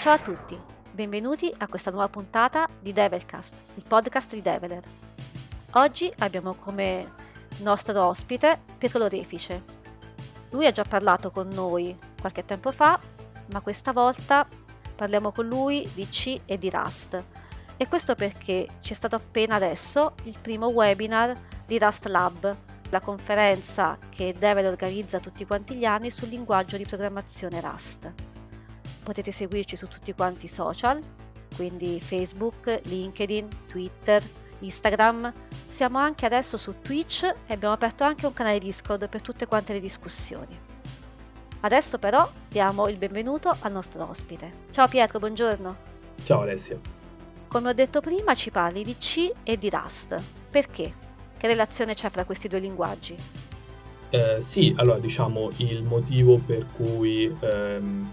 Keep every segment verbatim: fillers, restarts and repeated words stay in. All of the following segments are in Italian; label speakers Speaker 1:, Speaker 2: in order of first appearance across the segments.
Speaker 1: Ciao a tutti, benvenuti a questa nuova puntata di Develcast, il podcast di Develer. Oggi abbiamo come nostro ospite Pietro Lorefice. Lui ha già parlato con noi qualche tempo fa, ma questa volta parliamo con lui di C e di Rust. E questo perché c'è stato appena adesso il primo webinar di Rust Lab, la conferenza che Develer organizza tutti quanti gli anni sul linguaggio di programmazione Rust. Potete seguirci su tutti quanti i social, quindi Facebook, LinkedIn, Twitter, Instagram. Siamo anche adesso su Twitch e abbiamo aperto anche un canale Discord per tutte quante le discussioni. Adesso però diamo il benvenuto al nostro ospite. Ciao Pietro, buongiorno.
Speaker 2: Ciao Alessia.
Speaker 1: Come ho detto prima, ci parli di C e di Rust. Perché? Che relazione c'è fra questi due linguaggi?
Speaker 2: Eh, sì, allora diciamo il motivo per cui ehm,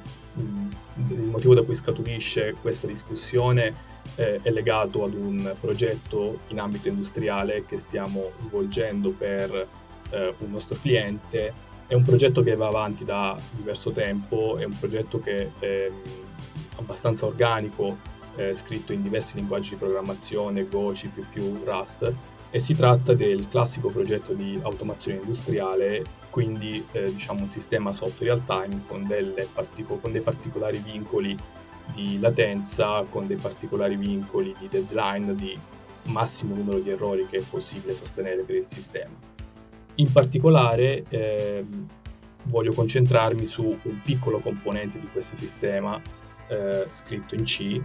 Speaker 2: il motivo da cui scaturisce questa discussione eh, è legato ad un progetto in ambito industriale che stiamo svolgendo per eh, un nostro cliente. È un progetto che va avanti da diverso tempo, è un progetto che è abbastanza organico, eh, scritto in diversi linguaggi di programmazione, Go, C più più, Rust, e si tratta del classico progetto di automazione industriale, quindi eh, diciamo un sistema software real time con, delle partico- con dei particolari vincoli di latenza, con dei particolari vincoli di deadline, di massimo numero di errori che è possibile sostenere per il sistema. In particolare eh, voglio concentrarmi su un piccolo componente di questo sistema eh, scritto in C,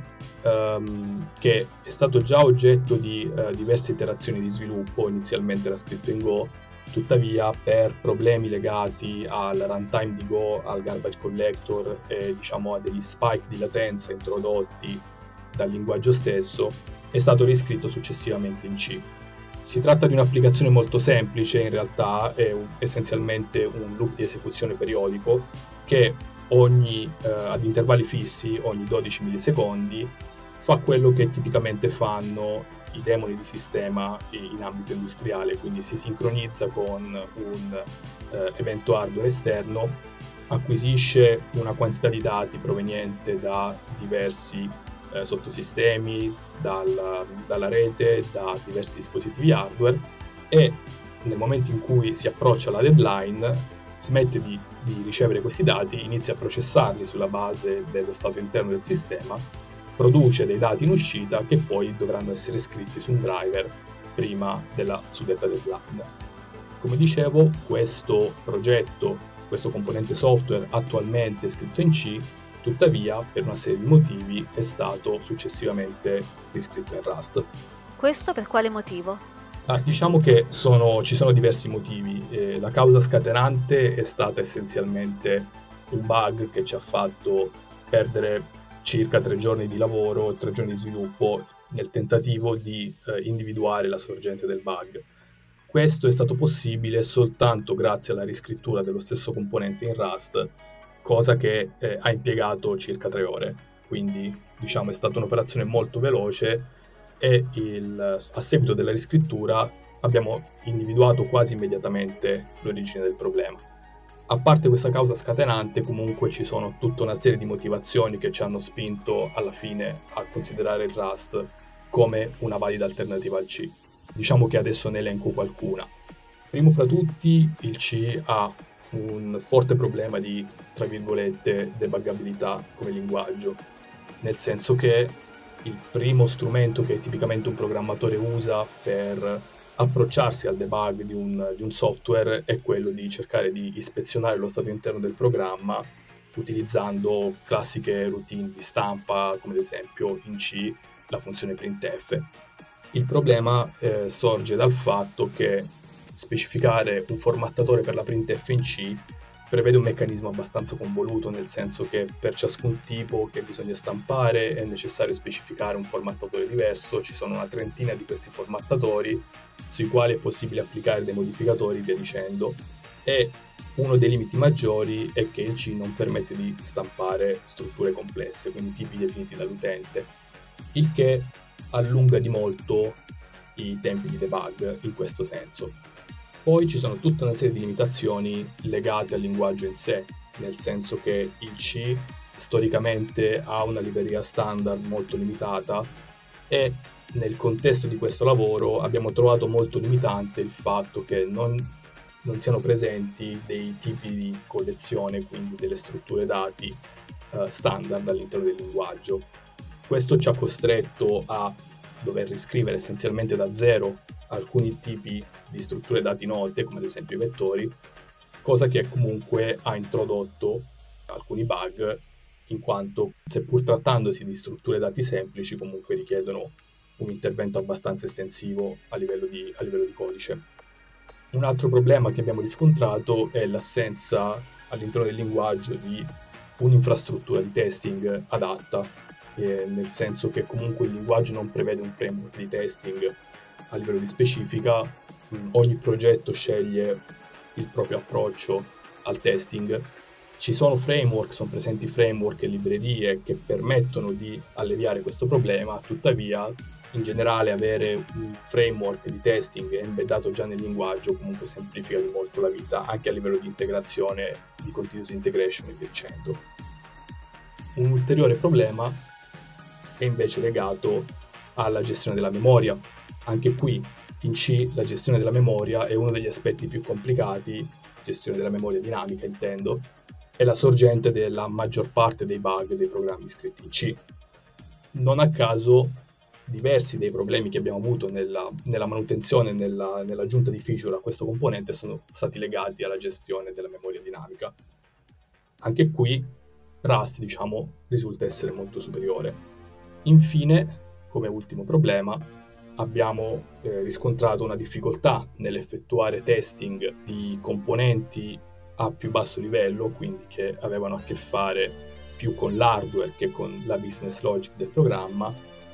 Speaker 2: Um, che è stato già oggetto di uh, diverse iterazioni di sviluppo. Inizialmente era scritto in Go, tuttavia per problemi legati al runtime di Go, al garbage collector e diciamo a degli spike di latenza introdotti dal linguaggio stesso, è stato riscritto successivamente in C. Si tratta di un'applicazione molto semplice, in realtà è un, essenzialmente un loop di esecuzione periodico che ogni, uh, ad intervalli fissi, ogni dodici millisecondi, fa quello che tipicamente fanno i demoni di sistema in ambito industriale, quindi si sincronizza con un eh, evento hardware esterno, acquisisce una quantità di dati proveniente da diversi eh, sottosistemi, dalla, dalla rete, da diversi dispositivi hardware, e nel momento in cui si approccia la deadline smette di, di ricevere questi dati, inizia a processarli sulla base dello stato interno del sistema, produce dei dati in uscita che poi dovranno essere scritti su un driver prima della suddetta deadline. Come dicevo, questo progetto, questo componente software attualmente è scritto in C, tuttavia per una serie di motivi è stato successivamente riscritto in Rust.
Speaker 1: Questo per quale motivo?
Speaker 2: Ah, diciamo che sono, ci sono diversi motivi. Eh, la causa scatenante è stata essenzialmente un bug che ci ha fatto perdere circa tre giorni di lavoro e tre giorni di sviluppo nel tentativo di eh, individuare la sorgente del bug. Questo è stato possibile soltanto grazie alla riscrittura dello stesso componente in Rust, cosa che eh, ha impiegato circa tre ore. Quindi, diciamo, è stata un'operazione molto veloce e il, a seguito della riscrittura abbiamo individuato quasi immediatamente l'origine del problema. A parte questa causa scatenante, comunque ci sono tutta una serie di motivazioni che ci hanno spinto alla fine a considerare il Rust come una valida alternativa al C. Diciamo che adesso ne elenco qualcuna. Primo fra tutti, il C ha un forte problema di, tra virgolette, debuggabilità come linguaggio, nel senso che il primo strumento che tipicamente un programmatore usa per approcciarsi al debug di un, di un software è quello di cercare di ispezionare lo stato interno del programma utilizzando classiche routine di stampa, come ad esempio in C la funzione printf. Il problema eh, sorge dal fatto che specificare un formattatore per la printf in C prevede un meccanismo abbastanza convoluto, nel senso che per ciascun tipo che bisogna stampare è necessario specificare un formattatore diverso. Ci sono una trentina di questi formattatori sui quali è possibile applicare dei modificatori, via dicendo, e uno dei limiti maggiori è che il C non permette di stampare strutture complesse, quindi tipi definiti dall'utente, il che allunga di molto i tempi di debug in questo senso. Poi ci sono tutta una serie di limitazioni legate al linguaggio in sé, nel senso che il C storicamente ha una libreria standard molto limitata e nel contesto di questo lavoro abbiamo trovato molto limitante il fatto che non, non siano presenti dei tipi di collezione, quindi delle strutture dati eh, standard all'interno del linguaggio. Questo ci ha costretto a dover riscrivere essenzialmente da zero alcuni tipi di strutture dati note, come ad esempio i vettori, cosa che comunque ha introdotto alcuni bug, in quanto, seppur trattandosi di strutture dati semplici, comunque richiedono un intervento abbastanza estensivo a livello di, a livello di codice. Un altro problema che abbiamo riscontrato è l'assenza all'interno del linguaggio di un'infrastruttura di testing adatta, eh, nel senso che comunque il linguaggio non prevede un framework di testing a livello di specifica. Ogni progetto sceglie il proprio approccio al testing. Ci sono framework, sono presenti framework e librerie che permettono di alleviare questo problema, tuttavia in generale avere un framework di testing embeddato già nel linguaggio comunque semplifica di molto la vita, anche a livello di integrazione, di continuous integration e via dicendo. Un ulteriore problema è invece legato alla gestione della memoria. Anche qui in C la gestione della memoria è uno degli aspetti più complicati, gestione della memoria dinamica intendo, è la sorgente della maggior parte dei bug dei programmi scritti in C. Non a caso diversi dei problemi che abbiamo avuto nella, nella manutenzione e nella, nell'aggiunta di feature a questo componente sono stati legati alla gestione della memoria dinamica. Anche qui Rust, diciamo, risulta essere molto superiore. Infine, come ultimo problema, abbiamo eh, riscontrato una difficoltà nell'effettuare testing di componenti a più basso livello, quindi che avevano a che fare più con l'hardware che con la business logic del programma,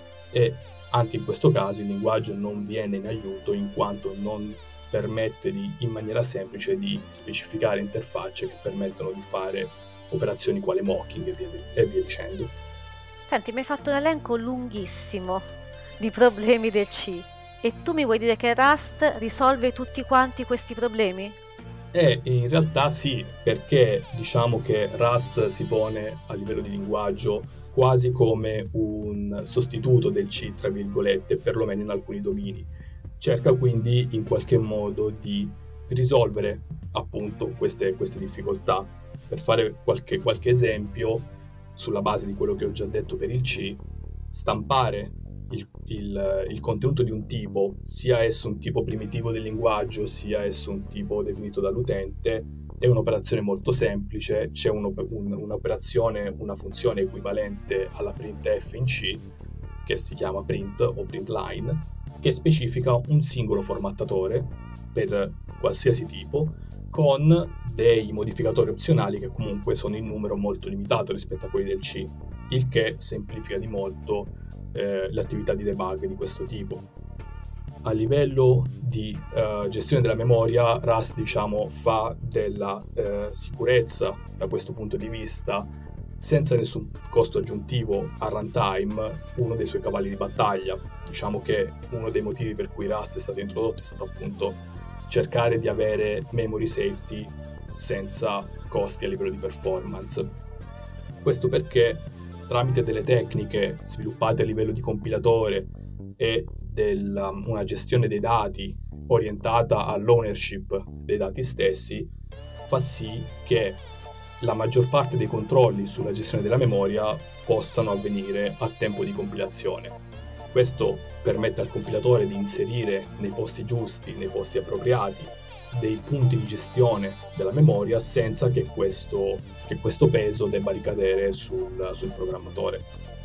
Speaker 2: e anche in questo caso il linguaggio non viene in aiuto in quanto non permette di, in maniera semplice di specificare interfacce che permettono di fare operazioni quale mocking e via, e via dicendo.
Speaker 1: Senti, mi hai fatto un elenco lunghissimo di problemi del C e tu mi vuoi dire che Rust risolve tutti quanti questi problemi?
Speaker 2: Eh, in realtà sì, perché diciamo che Rust si pone a livello di linguaggio quasi come un sostituto del C, tra virgolette, perlomeno in alcuni domini. Cerca quindi in qualche modo di risolvere appunto queste, queste difficoltà. Per fare qualche, qualche esempio, sulla base di quello che ho già detto per il C, stampare il, il, il contenuto di un tipo, sia esso un tipo primitivo del linguaggio, sia esso un tipo definito dall'utente, è un'operazione molto semplice. C'è un, un, un'operazione, una funzione equivalente alla printf in C, che si chiama print o printline, che specifica un singolo formattatore per qualsiasi tipo, con dei modificatori opzionali che comunque sono in numero molto limitato rispetto a quelli del C, il che semplifica di molto eh, l'attività di debug di questo tipo. A livello di uh, gestione della memoria, Rust, diciamo, fa della uh, sicurezza da questo punto di vista, senza nessun costo aggiuntivo a runtime, uno dei suoi cavalli di battaglia. Diciamo che uno dei motivi per cui Rust è stato introdotto è stato appunto cercare di avere memory safety senza costi a livello di performance. Questo perché tramite delle tecniche sviluppate a livello di compilatore e della, una gestione dei dati orientata all'ownership dei dati stessi, fa sì che la maggior parte dei controlli sulla gestione della memoria possano avvenire a tempo di compilazione. Questo permette al compilatore di inserire nei posti giusti, nei posti appropriati, dei punti di gestione della memoria senza che questo, che questo peso debba ricadere sul, sul programmatore.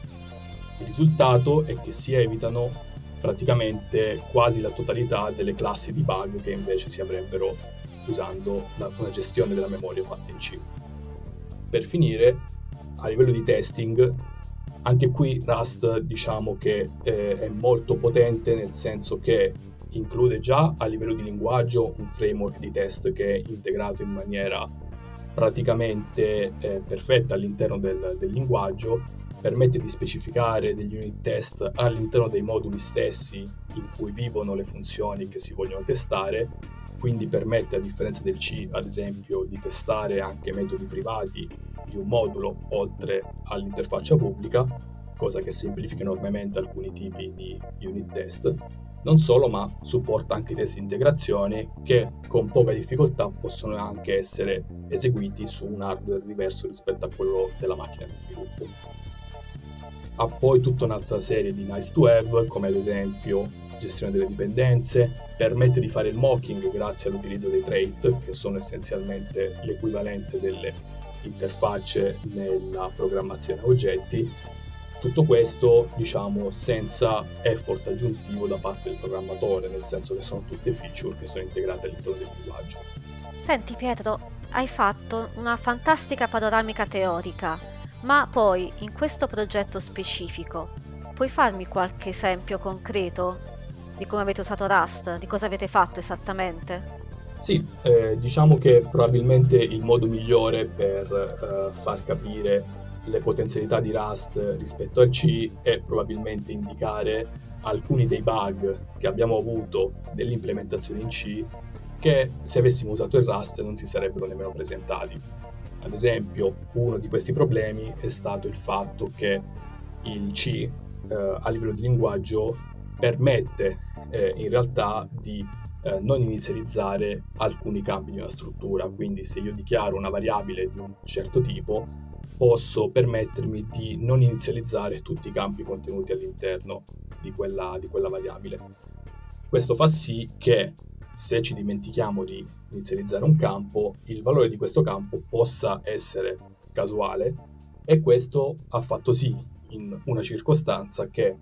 Speaker 2: Il risultato è che si evitano praticamente quasi la totalità delle classi di bug che invece si avrebbero usando la, una gestione della memoria fatta in C. Per finire, a livello di testing, anche qui Rust diciamo che eh, è molto potente, nel senso che include già a livello di linguaggio un framework di test che è integrato in maniera praticamente eh, perfetta all'interno del, del linguaggio, permette di specificare degli unit test all'interno dei moduli stessi in cui vivono le funzioni che si vogliono testare, quindi permette, a differenza del C, ad esempio, di testare anche metodi privati, di un modulo oltre all'interfaccia pubblica, cosa che semplifica enormemente alcuni tipi di unit test. Non solo, ma supporta anche test di integrazione che con poca difficoltà possono anche essere eseguiti su un hardware diverso rispetto a quello della macchina di sviluppo. Ha poi tutta un'altra serie di nice to have, come ad esempio gestione delle dipendenze, permette di fare il mocking grazie all'utilizzo dei trait, che sono essenzialmente l'equivalente delle interfacce nella programmazione a oggetti. Tutto questo, diciamo, senza effort aggiuntivo da parte del programmatore, nel senso che sono tutte feature che sono integrate all'interno del linguaggio.
Speaker 1: Senti Pietro, hai fatto una fantastica panoramica teorica, ma poi in questo progetto specifico puoi farmi qualche esempio concreto di come avete usato Rust, di cosa avete fatto esattamente?
Speaker 2: Sì, eh, diciamo che probabilmente il modo migliore per eh, far capire le potenzialità di Rust rispetto al C è probabilmente indicare alcuni dei bug che abbiamo avuto nell'implementazione in C che se avessimo usato il Rust non si sarebbero nemmeno presentati. Ad esempio, uno di questi problemi è stato il fatto che il C eh, a livello di linguaggio permette eh, in realtà di eh, non inizializzare alcuni campi di una struttura, quindi se io dichiaro una variabile di un certo tipo posso permettermi di non inizializzare tutti i campi contenuti all'interno di quella, di quella variabile. Questo fa sì che se ci dimentichiamo di inizializzare un campo, il valore di questo campo possa essere casuale, e questo ha fatto sì in una circostanza che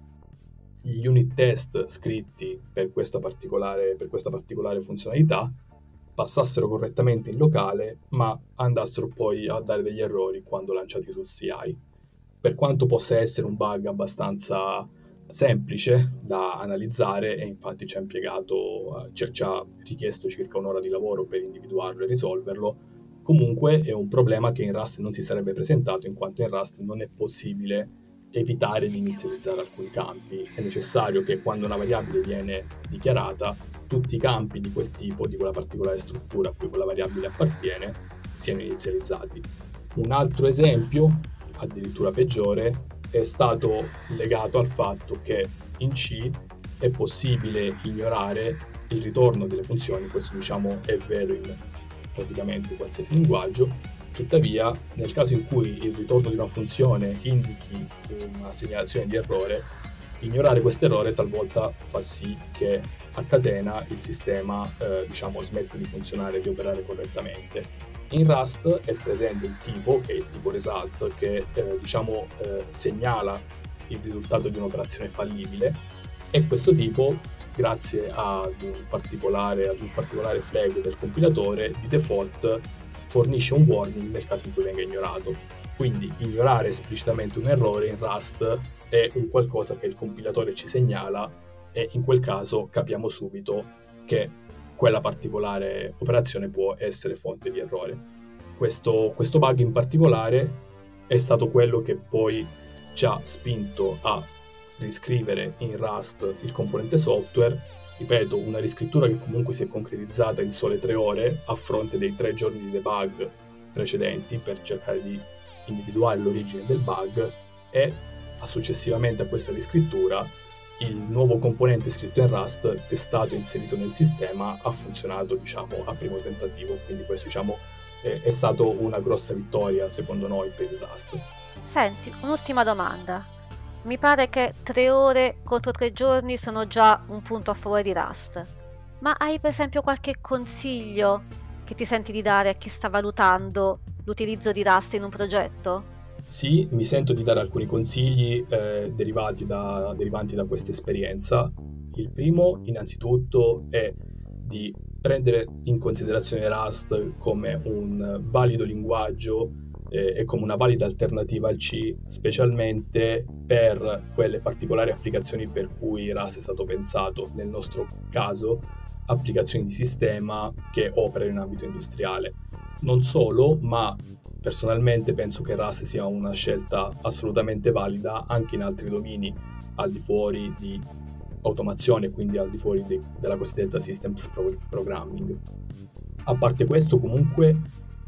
Speaker 2: gli unit test scritti per questa particolare, per questa particolare funzionalità passassero correttamente in locale, ma andassero poi a dare degli errori quando lanciati sul C I. Per quanto possa essere un bug abbastanza semplice da analizzare, e infatti ci ha impiegato, ci, ci ha richiesto circa un'ora di lavoro per individuarlo e risolverlo, comunque è un problema che in Rust non si sarebbe presentato, in quanto in Rust non è possibile evitare di inizializzare alcuni campi. È necessario che quando una variabile viene dichiarata, tutti i campi di quel tipo, di quella particolare struttura a cui quella variabile appartiene, siano inizializzati. Un altro esempio, addirittura peggiore, è stato legato al fatto che in C è possibile ignorare il ritorno delle funzioni. Questo, diciamo, è vero in praticamente qualsiasi linguaggio. Tuttavia, nel caso in cui il ritorno di una funzione indichi una segnalazione di errore, ignorare questo errore talvolta fa sì che a catena il sistema eh, diciamo smette di funzionare e di operare correttamente. In Rust è presente il tipo, che è il tipo result, che eh, diciamo eh, segnala il risultato di un'operazione fallibile, e questo tipo, grazie ad un particolare, ad un particolare flag del compilatore, di default fornisce un warning nel caso in cui venga ignorato. Quindi ignorare esplicitamente un errore in Rust è un qualcosa che il compilatore ci segnala, e in quel caso capiamo subito che quella particolare operazione può essere fonte di errore. Questo, questo bug in particolare è stato quello che poi ci ha spinto a riscrivere in Rust il componente software. Ripeto, una riscrittura che comunque si è concretizzata in sole tre ore a fronte dei tre giorni di debug precedenti per cercare di individuare l'origine del bug, e successivamente a questa riscrittura il nuovo componente scritto in Rust, testato e inserito nel sistema, ha funzionato, diciamo, a primo tentativo. Quindi questo, diciamo, è, è stato una grossa vittoria secondo noi per il Rust.
Speaker 1: Senti, un'ultima domanda. Mi pare che tre ore contro tre giorni sono già un punto a favore di Rust, ma hai per esempio qualche consiglio che ti senti di dare a chi sta valutando l'utilizzo di Rust in un progetto?
Speaker 2: Sì, mi sento di dare alcuni consigli eh, derivati da, derivanti da questa esperienza. Il primo, innanzitutto, è di prendere in considerazione Rust come un valido linguaggio eh, e come una valida alternativa al C, specialmente per quelle particolari applicazioni per cui Rust è stato pensato, nel nostro caso applicazioni di sistema che operano in ambito industriale. Non solo, ma personalmente penso che Rust sia una scelta assolutamente valida anche in altri domini al di fuori di automazione, quindi al di fuori di, della cosiddetta systems programming. A parte questo, comunque,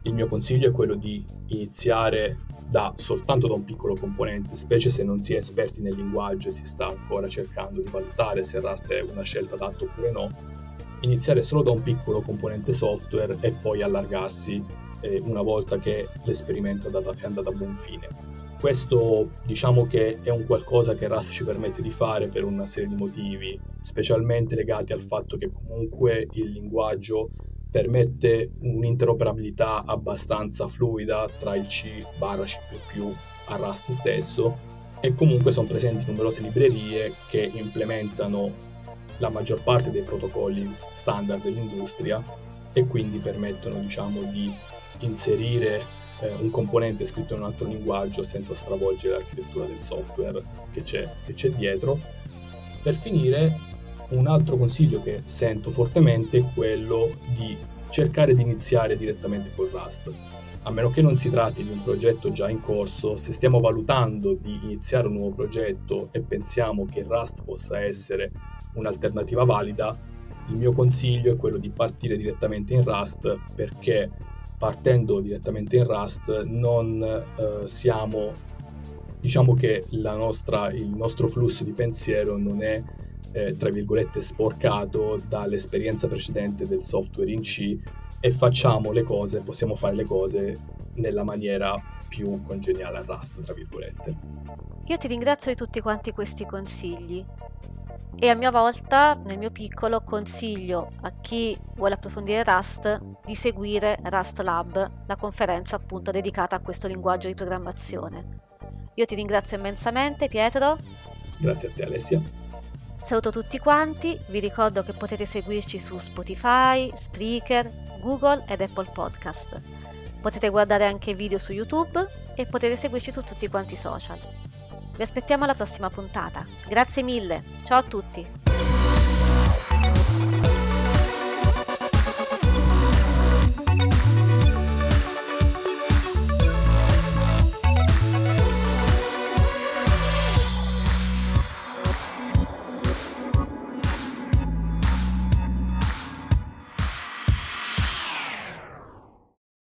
Speaker 2: il mio consiglio è quello di iniziare da soltanto da un piccolo componente, specie se non si è esperti nel linguaggio e si sta ancora cercando di valutare se Rust è una scelta adatta oppure no. Iniziare solo da un piccolo componente software e poi allargarsi eh, una volta che l'esperimento è andato, è andato a buon fine. Questo diciamo che è un qualcosa che Rust ci permette di fare per una serie di motivi, specialmente legati al fatto che comunque il linguaggio permette un'interoperabilità abbastanza fluida tra il C barra C più più a Rust stesso, e comunque sono presenti numerose librerie che implementano la maggior parte dei protocolli standard dell'industria e quindi permettono, diciamo, di inserire eh, un componente scritto in un altro linguaggio senza stravolgere l'architettura del software che c'è, che c'è dietro. Per finire, un altro consiglio che sento fortemente è quello di cercare di iniziare direttamente con Rust. A meno che non si tratti di un progetto già in corso, se stiamo valutando di iniziare un nuovo progetto e pensiamo che Rust possa essere un'alternativa valida, il mio consiglio è quello di partire direttamente in Rust, perché partendo direttamente in Rust non eh, siamo, diciamo che la nostra, il nostro flusso di pensiero non è Eh, tra virgolette sporcato dall'esperienza precedente del software in C, e facciamo le cose, possiamo fare le cose nella maniera più congeniale a Rust, tra virgolette.
Speaker 1: Io ti ringrazio di tutti quanti questi consigli e a mia volta, nel mio piccolo, consiglio a chi vuole approfondire Rust di seguire Rust Lab, la conferenza appunto dedicata a questo linguaggio di programmazione. Io ti ringrazio immensamente, Pietro.
Speaker 2: Grazie a te, Alessia.
Speaker 1: Saluto tutti quanti, vi ricordo che potete seguirci su Spotify, Spreaker, Google ed Apple Podcast. Potete guardare anche video su YouTube e potete seguirci su tutti quanti i social. Vi aspettiamo alla prossima puntata. Grazie mille, ciao a tutti!